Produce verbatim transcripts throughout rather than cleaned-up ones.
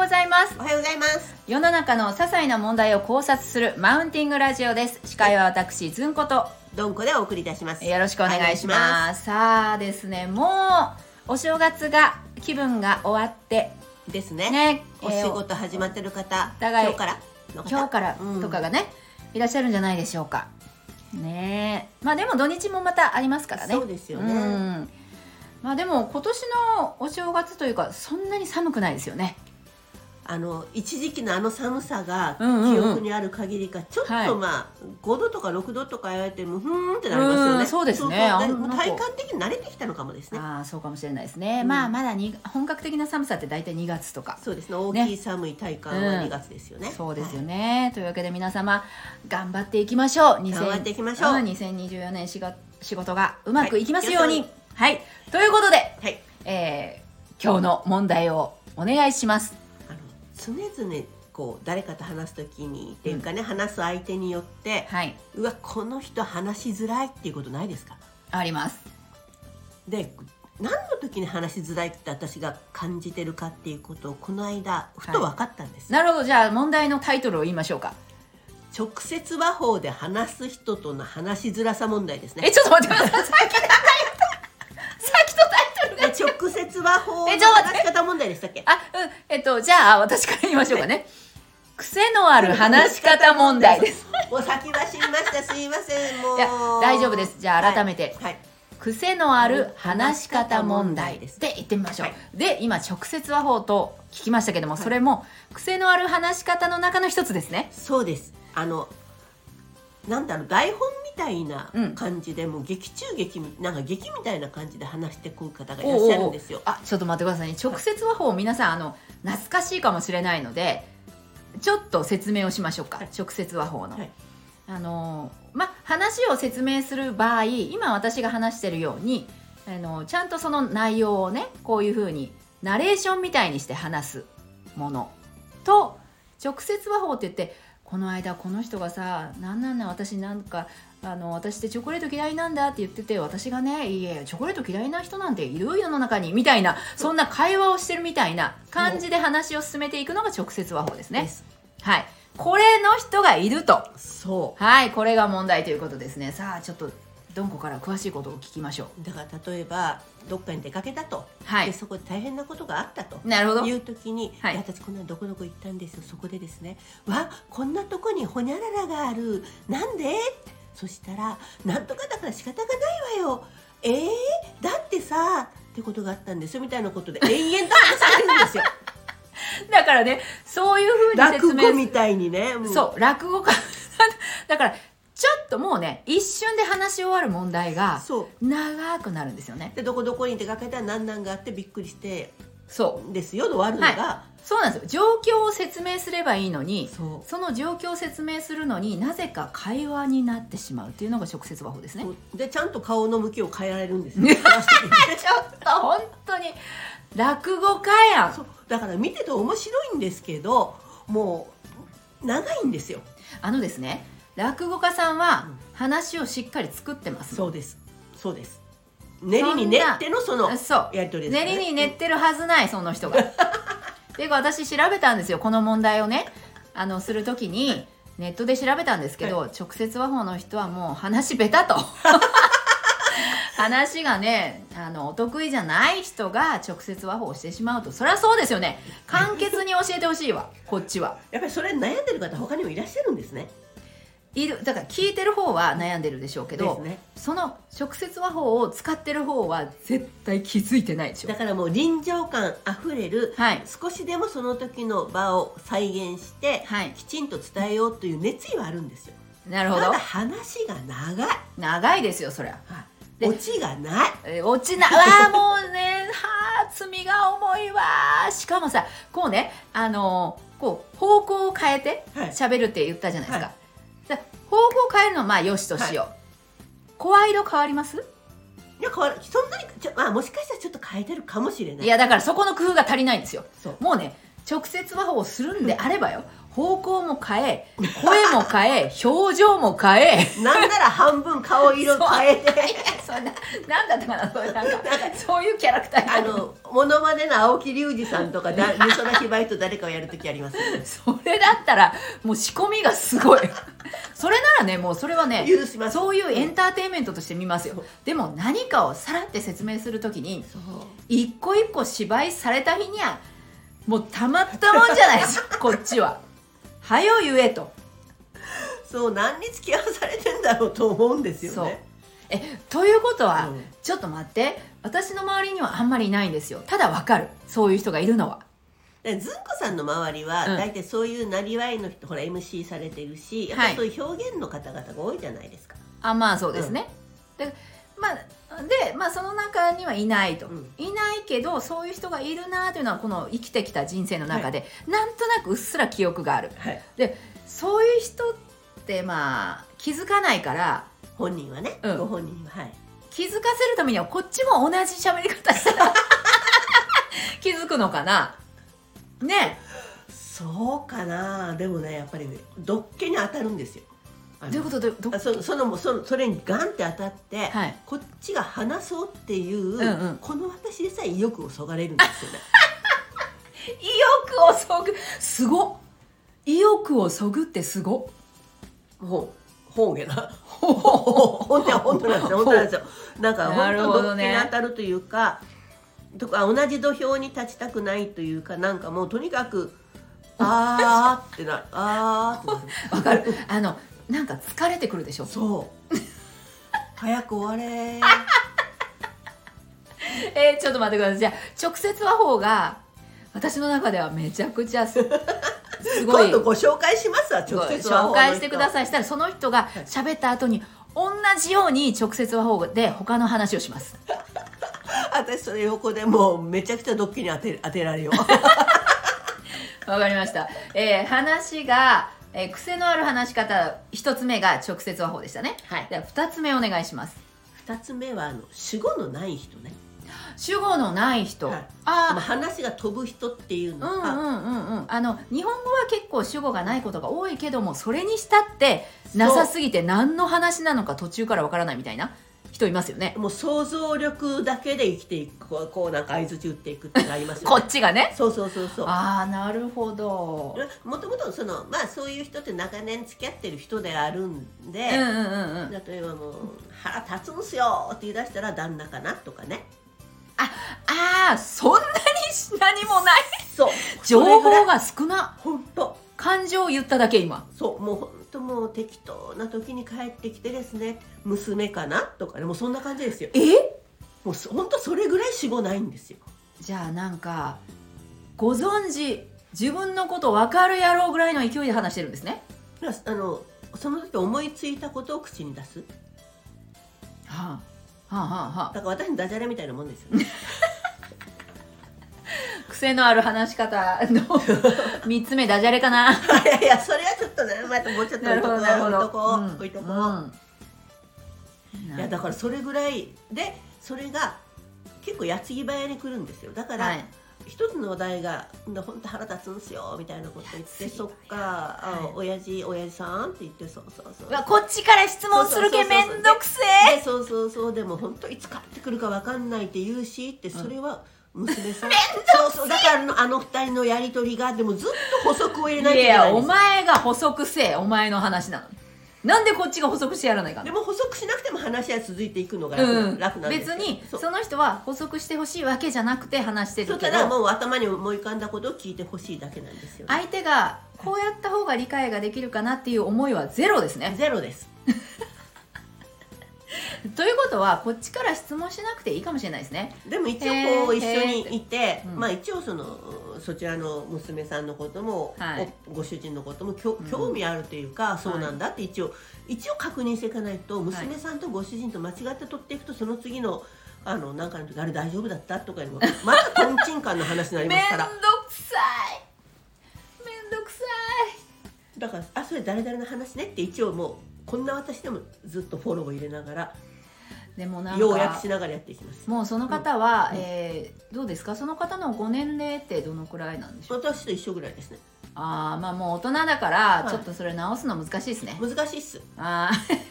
ございます。 おはようございます。 世の中の些細な問題を考察するマウンティングラジオです。司会は私ずんことどんこでお送りいたします。 よろしくお願いします。さあですね、もうお正月が気分が終わってですね。 ね、 お仕事始まってる方、 お互い今日からの方今日からとかがね、うん、いらっしゃるんじゃないでしょうか。ねえ、まあでも土日もまたありますからね。 そうですよね。うん、 まあでも今年のお正月というかそんなに寒くないですよね。 あの一時期のあの寒さがうんうんうん、 記憶にある限りか、ちょっとまあ、はい、ごどとかろくどとか言われてもふーんってなりますよね。 そうですね。 そうそう、体感的に慣れてきたのかもですね。 ああ、そうかもしれないですね。うん、まあまだに本格的な寒さって大体にがつとか。 そうですね。大きい寒い体感はにがつですよね。 うん、そうですよね、はい。というわけで皆様頑張っていきましょう。 頑張っていきましょう。 にせんにじゅうよねん仕事がうまくいきますように。はい。はい、ということで、はい、えー、今日の問題をお願いします。 常々こう誰かと話すときにっていうかね、うん、話す相手によって、はい、うわこの人話しづらいっていうことないですか？ あります。 で何の時に話しづらいって私が感じてるかっていうことをこの間ふと分かったんです、 はい、なるほど。じゃあ問題のタイトルを言いましょうか。 直接話法で話す人との話しづらさ問題ですね。 えちょっと待ってください。さっきのタイトルが直接話法の話し方問題でしたっけ？ あ、うん、えっとじゃあ私から言いましょうかね。癖のある話し方問題です。 もう先走りました。すいません。もういや大丈夫です。じゃあ改めて、はいはい、癖のある話し方問題で言ってみましょう。はい、で今直接話法と聞きましたけども、はい、それも癖のある話し方の中の一つですね。 そうです。あのなんだろう、台本みたいな感じで、うん、もう劇中劇なんか劇みたいな感じで話してくる方がいらっしゃるんですよ。 おうおう、あ、ちょっと待ってくださいね。直接話法、皆さんあの懐かしいかもしれないのでちょっと説明をしましょうか。はい、直接話法の、はい、あのま話を説明する場合、今私が話してるようにあのちゃんとその内容をね、こういう風にナレーションみたいにして話すものと、直接話法って言ってこの間この人がさ、なんなんなん私なんかあの私ってチョコレート嫌いなんだって言ってて、私がね、いやチョコレート嫌いな人なんている世の中にみたいな、そんな会話をしてるみたいな感じで話を進めていくのが直接話法ですね。はい、これの人がいると、 そう、 はい、これが問題ということですね。さあちょっとどんこから詳しいことを聞きましょう。 だから例えばどっかに出かけたと、はい、でそこで大変なことがあったという時に、はい、私こんなどこどこ行ったんですよ、そこでですね、わこんなとこにホニャララがある、なんで？そしたらなんとかだから仕方がないわよ、えー、だってさってことがあったんですよみたいなことで延々と話されるんですよ。 だからね、そういうふうに説明、 落語みたいにね、 うん、そう落語家だからちょっともうね、一瞬で話し終わる問題が長くなるんですよね。 でどこどこに出かけたら何々があってびっくりしてそうですよで終わるのが、 はい、そうなんですよ。状況を説明すればいいのに、そ, その状況を説明するのになぜか会話になってしまうっていうのが直接話法ですね。 でちゃんと顔の向きを変えられるんですよ。ちょっと本当に落語家やん。 そうだから見てて面白いんですけど、もう長いんですよ。 あのですね、落語家さんは話をしっかり作ってます、 うん、そうですそうです。練りに練ってのそのやり取りですね。 練りに練ってるはずないその人が。で私調べたんですよ、この問題をね、あのするときにネットで調べたんですけど、はい、直接話法の人はもう話ベタと話がね、あのお得意じゃない人が直接話法をしてしまうと、そりゃそうですよね。簡潔に教えてほしいわこっちは。 やっぱりそれ悩んでる方他にもいらっしゃるんですね。 いる。だから聞いてる方は悩んでるでしょうけど、ね、その直接話法を使ってる方は絶対気づいてないでしょ。 だからもう臨場感あふれる、はい、少しでもその時の場を再現して、はい、きちんと伝えようという熱意はあるんですよ。 なるほど。 ただ話が長い長いですよそりゃ。 オチがない。 えー、オチなわもうね、はあ罪が重いわ。しかもさ、こうね、あのー、こう方向を変えて喋るって言ったじゃないですか。はい、方向を変えるのはまあよしとしよう。はい、声色変わります？ いや変わる。そんなにちょ、まあ、もしかしたらちょっと変えてるかもしれない。 いやだからそこの工夫が足りないんですよ。もうね、直接話法をするんであればよ、 方向も変え、声も変え、表情も変え、 なんなら半分顔色変えてそんな、なんだったかな、それなんかそういうキャラクター。 あのモノマネの青木隆二さんとかだ美空ひばりと誰かをやるときあります、ね、 それだったらもう仕込みがすごいそれならね、もうそれはね、 許します。 そういうエンターテインメントとして見ますよ。でも何かをさらって説明するときに一個一個芝居された日にはもうたまったもんじゃないですよこっちは。はよ言えと。 そう、何に付き合わされてんだろうと思うんですよね。 そうえということは、うん、ちょっと待って、私の周りにはあんまりいないんですよ。ただわかる、そういう人がいるのは。 ずんこさんの周りは大体そういうなりわいの人、うん、ほら エムシー されてるし、やっぱりそういう表現の方々が多いじゃないですか。 あ、まあそうですね、うん、でまあで、まあ、その中にはいないと、うん、いないけどそういう人がいるなというのはこの生きてきた人生の中で、はい、なんとなくうっすら記憶がある、はい、でそういう人ってまあ気づかないから、 本人はね、うん、ご本人は、はい、 気づかせるためにはこっちも同じ喋り方したら気づくのかなね。 そうかな。でもね、やっぱり、ね、どっけに当たるんですよ。 どういうこと？どそそのそのそれにガンって当たって、はい、こっちが話そうっていう、うんうん、この私でさえ意欲をそがれるんですよね意欲をそぐ、すご、意欲をそぐってすご。 ほうほうげな本当は本当なんですよ。本当なんですよ。なんか本当どっけに当たるというか、とか同じ土俵に立ちたくないというか、なんかもうとにかくあーってなる、あーってわかる。あのなんか疲れてくるでしょ。 そう早く終われーえー、ちょっと待ってください。じゃあ直接話法が私の中ではめちゃくちゃすごい。 今度ご紹介しますわ、直接話法の人。 紹介してください。したらその人が喋った後に同じように直接話法で他の話をします私それ横でもうめちゃくちゃドッキリ当て、当てられようわかりました、えー、話がえー、癖のある話し方、一つ目が直接話法でしたね。はい。では二つ目お願いします。 二つ目はあの主語のない人ね。 主語のない人。はい、 ああ、話が飛ぶ人っていうのか。 うんうんうんうん。あの日本語は結構主語がないことが多いけども、それにしたってなさすぎて何の話なのか途中からわからないみたいな人いますよね。 もう想像力だけで生きていく、こう、こうなんか相槌打っていくってなりますよね。こっちがね。 そうそうそうそう。 ああ、なるほど。 もともとそのまあそういう人って長年付き合ってる人であるんで、 うんうんうんうん、 例えばもう腹立つんすよって言い出したら旦那かなとかね。 ああ、そんなに何もない。 そう。 情報が少な。 本当。 感情を言っただけ今。 そう、もう本当もう適当な時に帰ってきてですね、娘かなとかね、もうそんな感じですよ。 え？ もう本当それぐらい主語ないんですよ。 じゃあなんかご存知、自分のこと分かるやろうぐらいの勢いで話してるんですね。 あのその時思いついたことを口に出す。 はあはあはあはあ。 だから私のダジャレみたいなもんですよね。 癖のある話し方のみっつめダジャレかな。 いやいや、それはちょっとね、またもうちょっと置いとこう置いとこう、うん、置いとこう、うん、いやだからそれぐらいで、それが結構矢継ぎ早に来るんですよ。だから、はい、一つのお題が本当腹立つんすよみたいなこと言って、そっか、はい、あ、親父親父さんって言って、そうそうそう、 こっちから質問するけめんどくせえ。 そうそうそう、でも本当いつ帰ってくるか分かんないって言うしって、それは、うん娘さん、そうそう、だからあの、あの二人のやり取りがでもずっと補足を入れないといけないんです。 いや、お前が補足せえ、お前の話なのに。なんでこっちが補足してやらないかな。 でも補足しなくても話は続いていくのが楽、うん、楽なんです。 別にその人は補足してほしいわけじゃなくて話してるけど、 そうただもう頭に思い浮かんだことを聞いてほしいだけなんですよ、ね。 相手がこうやった方が理解ができるかなっていう思いはゼロですね。 ゼロです。 ということはこっちから質問しなくていいかもしれないですね。 でも一応こう一緒にいて、うん、まあ一応そのそちらの娘さんのことも、はい、ご主人のこともきょ興味あるというか、うん、そうなんだって一応、はい、一応確認していかないと、娘さんとご主人と間違って取っていくと、その次のあのなんかの時あれ大丈夫だったとかいうのまたトンチンカンの話になりますから。 めんどくさい。めんどくさい。 だからあそれ誰々の話ねって一応もうこんな私でもずっとフォローを入れながら。 でもなんか要約しながらやっていきます。 もうその方は、うん、えー、どうですか、その方のご年齢ってどのくらいなんでしょう。 私と一緒ぐらいですね。 ああ、まあもう大人だからちょっとそれ直すの難しいですね。 難しいっす。 ああ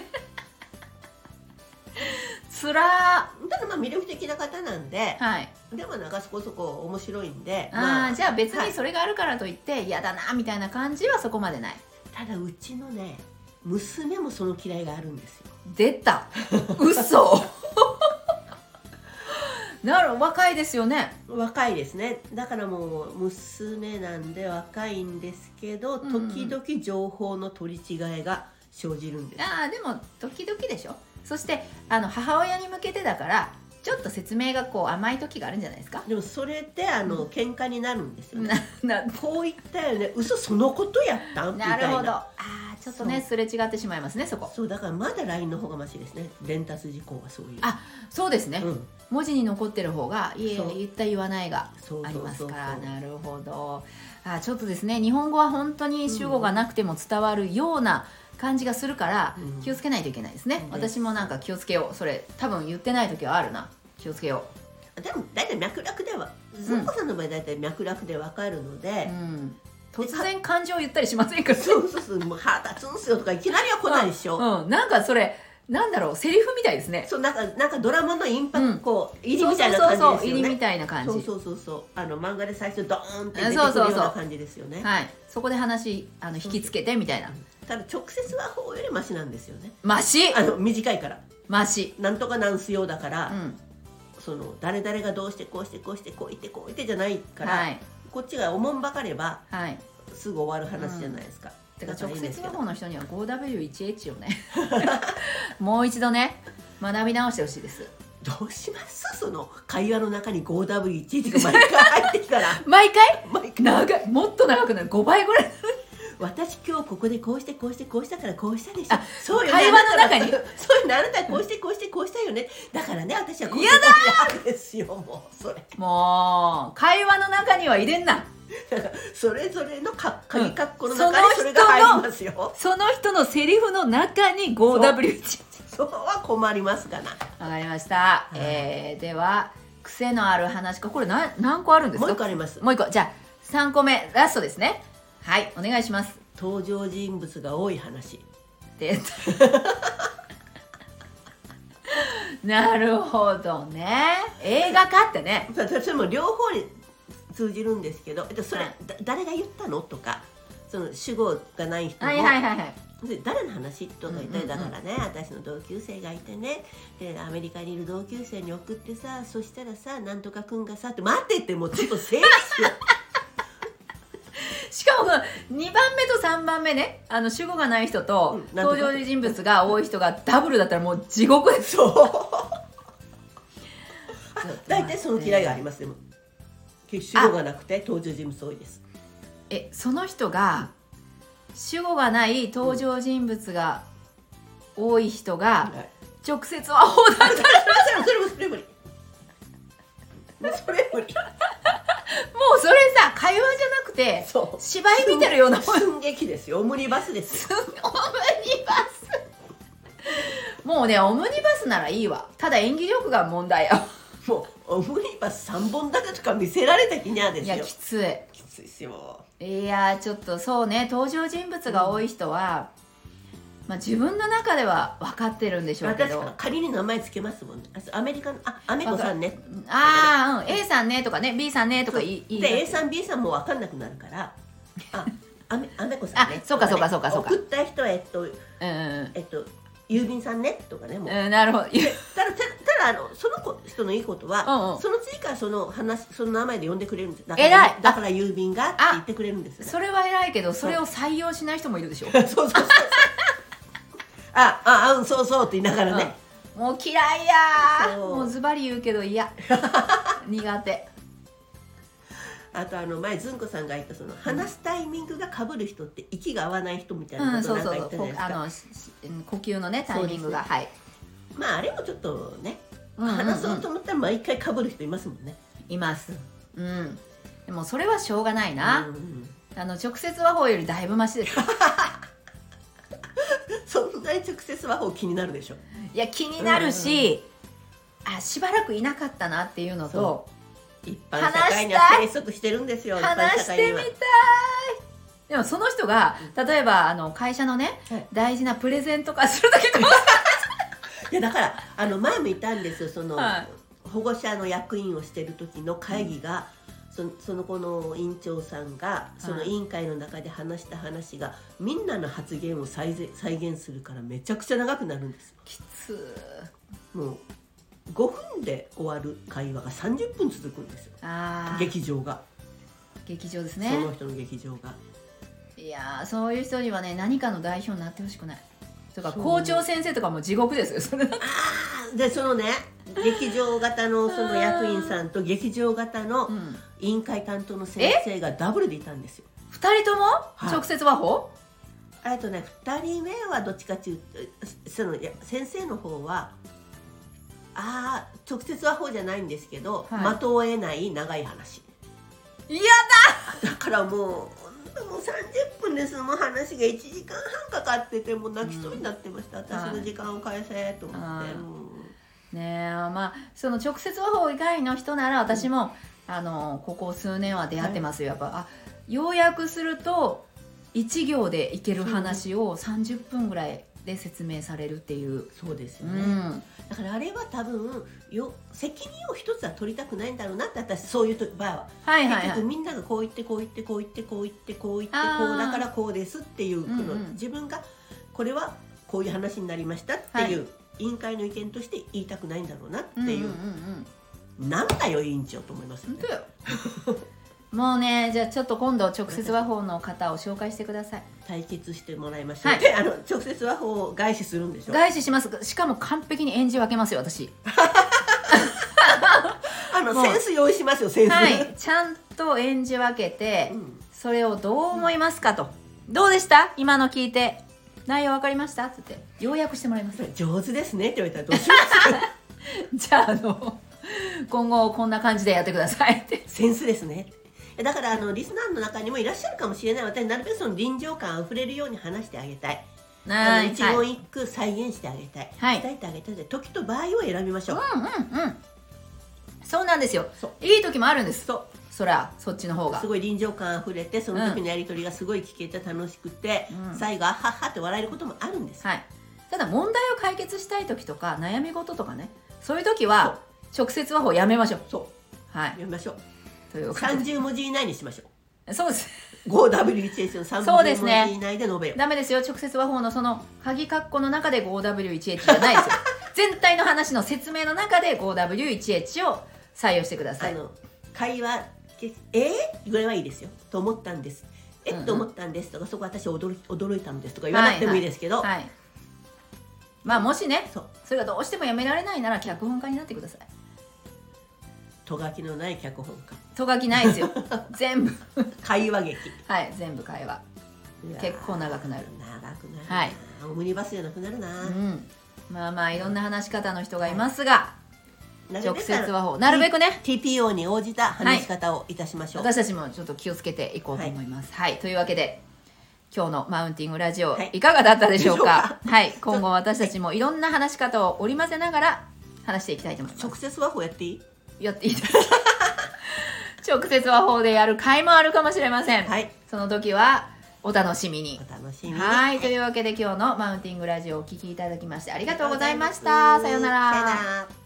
つらー。ただまあ魅力的な方なんで、はい、でもなんかそこそこ面白いんで、 あ、まあ、じゃあ別にそれがあるからといって嫌だなみたいな感じはそこまでない。 ただうちのね娘もその嫌いがあるんですよ。 出た嘘なる、若いですよね。 若いですね。だからもう娘なんで若いんですけど、時々情報の取り違えが生じるんです。 ああ、でも時々でしょ。そしてあの母親に向けてだからちょっと説明がこう甘い時があるんじゃないですか。 でもそれってあの、うん、喧嘩になるんですよね。ななこう言ったよね、嘘そのことやったんみたいな。 なるほど。ああ、ちょっとねすれ違ってしまいますね、そこ。 そうだからまだ ライン の方がマシですね。伝達事項はそういう。 あ、そうですね、うん、文字に残ってる方がいえ言った言わないがありますから。なるほど。あ、ちょっとですね、日本語は本当に主語がなくても伝わるような感じがするから、うん、気をつけないといけないですね、うん、私もなんか気をつけよう。それ多分言ってない時はあるな。気をつけよう。でも大体脈絡では、ずんこさんの場合大体脈絡でわかるので、うん、 突然漢字を言ったりしませんから。 そうそうそう、もう腹立つんすよとかいきなりは来ないでしょ。 うん、うん、なんかそれなんだろう、セリフみたいですね。 そう、なんかなんかドラマのインパクト、うん、こう入りみたいな感じですよね。そうそうそう、入りみたいな感じ。 そうそうそうそう、あの漫画で最初ドーンって出てくるような感じですよね。 はい、そこで話あの引きつけてみたいな。 ただ直接は方よりマシなんですよね。 マシ。 あの短いから。 マシ。 なんとかなんすよだから、うん、その誰々がどうしてこうしてこうしてこう言ってこう言ってじゃないから、はい、こっちがおもんばかれば、はい、すぐ終わる話じゃないですか。 てか直接和法の人には ごダブリューいちエイチ をねもう一度ね学び直してほしいです。 どうします？その会話の中に ごダブリューいちエイチ が毎回入ってきたら毎回毎回長い、もっと長くなる、ごばいぐらい私今日ここでこうしてこうしてこうしたからこうしたでしょ。 そうよね、会話の中にそういうのあなたはこうしてこうしてこうしたよね。だからね私はこうしてこうしたですよ。もうそれもう会話の中には入れんな。 だからそれぞれのか鍵括弧の中にそれが入りますよ、 うん、その人のセリフの中に ごダブリューいちエイチそうは困りますかな。 わかりました、うん、えー、では癖のある話か、これ何何個あるんですか？ もう一個あります。 もう一個、じゃあさんこめラストですね。はい、お願いします。 登場人物が多い話でなるほどね、映画化ってね。 それも両方に通じるんですけど、それ、はい、誰が言ったのとか、その主語がない人も、はいはいはいはい、誰の話とか言ったり、だからね、私の同級生がいてね、でアメリカにいる同級生に送ってさ、そしたらさ、なんとかくんがさって、待ってって、もうちょっと整理しようしかもにばんめとさんばんめね、あの主語がない人と、うん、登場人物が多い人がダブルだったらもう地獄です。 そう大体その嫌いがあります。でも主語がなくて登場人物多いです。 え、その人が主語がない登場人物が多い人が直接は横断だったらそれもそれ無理。もうそれ無理。 もうそれさ、会話じゃなくて芝居見てるような寸劇ですよ。オムニバスですよ。 オムニバスもうね、オムニバスならいいわ。ただ演技力が問題や。 もうオムニバスさんぼん立てとか見せられた日にゃですよ。 いやきついきついですよ。 いやちょっとそうね、登場人物が多い人は、うん、まあ、自分の中では分かってるんでしょうけど、 私仮に名前つけますもん。アメリカのあアメコさんね、 ああ、うん、A さんねとかね B さんねとか言いで A さん B さんも分かんなくなるから、あアメアメコさんね、 あそうかそうかそうかそうか、 送った人はえっと、うんうん、えっと郵便さんねとかね、もう、 うん、なるほど。ただただあのその子人のいいことは、うんうん、その次からその話その名前で呼んでくれるんです。だから偉い。 だから郵便がって言ってくれるんですよ、ね。 それは偉いけど、それを採用しない人もいるでしょ。そうそうそう。 ああうんそうそうって言いながらね。 うん、もう嫌いや。もうズバリ言うけど嫌。苦手。 あとあの前ずんこさんが言ったその話すタイミングが被る人って息が合わない人みたいなことなんか言ったじゃないですか。 呼吸のねタイミングが、はい。 まああれもちょっとね、話そうと思ったら毎回被る人いますもんね。 います。うん。でもそれはしょうがないな。うんうん、あの直接話法よりだいぶマシです。 そんなに直接話法気になるでしょ。 いや気になるし、うんうん、あしばらくいなかったなっていうのと。 一般社会には生息してるんですよ。 話してみたい。 でもその人が例えばあの会社のね、はい、大事なプレゼンとかする時こういやだからあの前も言ったんですよ、その、はい、保護者の役員をしてる時の会議が、うん、そ, その子の委員長さんがその委員会の中で話した話が、みんなの発言を再再現するからめちゃくちゃ長くなるんです。 きつー。もうごふんで終わる会話がさんじゅっぷん続くんですよ。あ、劇場が劇場ですね、 その人の劇場が。 いやそういう人にはね、何かの代表になってほしくない。とか校長先生とかも地獄ですよそれ。あでそのね劇場型のその役員さんと劇場型の委員会担当の先生がダブルでいたんですよ。 ふたりとも、はい、直接話法？ えっとねふたりめはどっちかっていうと、そのいや先生の方はあ直接話法じゃないんですけど、はい、的を得ない長い話。 嫌だだからもうもうさんじゅっぷんです。もう話がいちじかんはんかかってて、もう泣きそうになってました、うん、私の時間を返せと思って、 うん、ねえ、まあその直接話法以外の人なら私も、うん、あのここ数年は出会ってますよ、はい、やっぱあ要約するといち行でいける話をさんじゅっぷんぐらいで説明されるっていう。 そうですよね、うん、だからあれは多分よ責任を一つは取りたくないんだろうなって、私そういう場合は、はいはいはい、結局みんながこう言ってこう言ってこう言ってこう言ってこう言ってこうだからこうですっていう、この自分がこれはこういう話になりましたっていう、はい、委員会の意見として言いたくないんだろうなっていう、うんうんうんうん、なんだよ委員長と思いますよね。 本当よもうね、じゃあちょっと今度直接話法の方を紹介してください。 対決してもらいましょう。はい、あの直接話法を外視するんでしょ。 外視します。しかも完璧に演じ分けますよ私。 あのセンス用意しますよセンス。 はい、ちゃんと演じ分けて、うん、それをどう思いますかと、うん、どうでした今の聞いて、内容分かりましたって言って要約してもらいます。 上手ですねって言われたらどうしますか。 じゃああの今後こんな感じでやってくださいって。 センスですね。だからあのリスナーの中にもいらっしゃるかもしれない。私なるべくその臨場感あふれるように話してあげたい。あの一言一句再現してあげたい、はい、伝えてあげたいので、時と場合を選びましょう。 うんうんうん、そうなんですよ。いい時もあるんです。そう、そらそっちの方がすごい臨場感あふれて、その時のやり取りがすごい聞けて楽しくて、うん、最後ははっはって笑えることもあるんです、 はい、ただ問題を解決したい時とか悩み事とかね、そういう時は直接話法やめましょう。そう、はい、やめましょう。さんじゅうもじ以内にしましょう。そうですごダブリューいちエイチ のさんじゅうもじ以内で述べよう。 ダメですよ、直接話法のその鍵括弧の中で ごダブリューいちエイチ じゃないですよ。全体の話の説明の中で ごダブリューいちエイチ を採用してください。あの会話えー、ぐらいはいいですよと思ったんです、えっ、うんうん、と思ったんですとか、そこ私驚い驚いたんですとか言わなくてもいいですけど、はいはいはい、 まあもしね そ, それがどうしてもやめられないなら脚本家になってください。 とがきのない脚本家。 とがきないですよ。全部会話劇。 はい、全部会話。結構長くなる。 長くなる。はい。オムニバスじゃなくなるな。うん。 まあまあいろんな話し方の人がいますが、はい、直接話法なるべくねティーピーオー に応じた話し方をいたしましょう。 はい、私たちもちょっと気をつけていこうと思います。はい。はい、というわけで今日のマウンティングラジオ、はい、いかがだったでしょうか。はい。今後私たちもいろんな話し方を織り交ぜながら話していきたいと思います。 直接話法やっていい？ やっていいです。直接話法でやる回もあるかもしれません。はい、その時はお楽しみに。 お楽しみに。 はい、というわけで今日のマウンティングラジオをお聞きいただきましてありがとうございました。さようなら。さようなら。